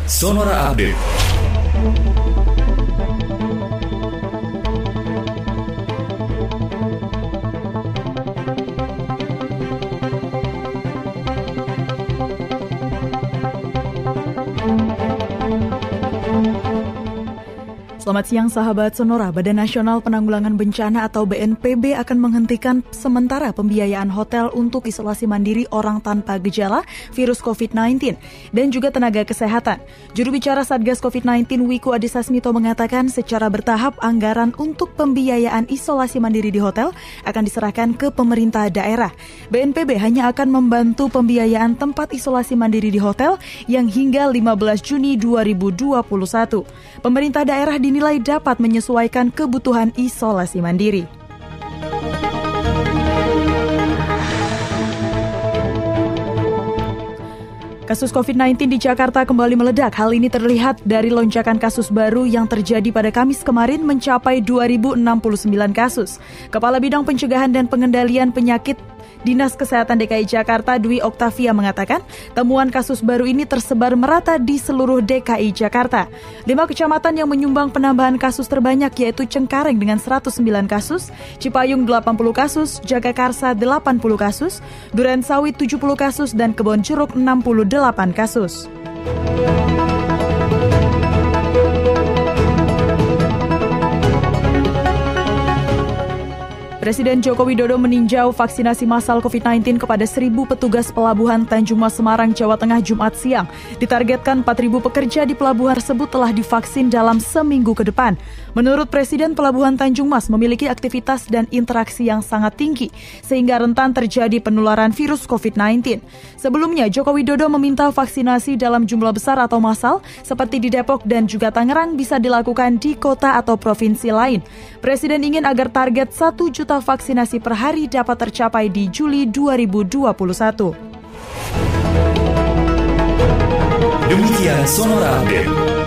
Sonora Update. Selamat siang sahabat Sonora. Badan Nasional Penanggulangan Bencana atau BNPB akan menghentikan sementara pembiayaan hotel untuk isolasi mandiri orang tanpa gejala virus COVID-19 dan juga tenaga kesehatan. Juru bicara Satgas COVID-19 Wiku Adhisa Smito mengatakan secara bertahap anggaran untuk pembiayaan isolasi mandiri di hotel akan diserahkan ke pemerintah daerah. BNPB hanya akan membantu pembiayaan tempat isolasi mandiri di hotel yang hingga 15 Juni 2021. Pemerintah daerah dinilai dapat menyesuaikan kebutuhan isolasi mandiri. Kasus COVID-19 di Jakarta kembali meledak. Hal ini terlihat dari lonjakan kasus baru yang terjadi pada Kamis kemarin mencapai 2.069 kasus. Kepala Bidang Pencegahan dan Pengendalian Penyakit Dinas Kesehatan DKI Jakarta Dwi Oktavia mengatakan temuan kasus baru ini tersebar merata di seluruh DKI Jakarta. 5 kecamatan yang menyumbang penambahan kasus terbanyak yaitu Cengkareng dengan 109 kasus, Cipayung 80 kasus, Jagakarsa 80 kasus, Durensawit 70 kasus, dan Kebon Jeruk 68 kasus. Presiden Joko Widodo meninjau vaksinasi massal COVID-19 kepada 1.000 petugas pelabuhan Tanjung Mas Semarang, Jawa Tengah, Jumat siang. Ditargetkan 4.000 pekerja di pelabuhan tersebut telah divaksin dalam seminggu ke depan. Menurut Presiden, Pelabuhan Tanjung Mas memiliki aktivitas dan interaksi yang sangat tinggi, sehingga rentan terjadi penularan virus COVID-19. Sebelumnya, Joko Widodo meminta vaksinasi dalam jumlah besar atau massal, seperti di Depok dan juga Tangerang, bisa dilakukan di kota atau provinsi lain. Presiden ingin agar target 1 juta vaksinasi per hari dapat tercapai di Juli 2021. Demikian Sonora Update.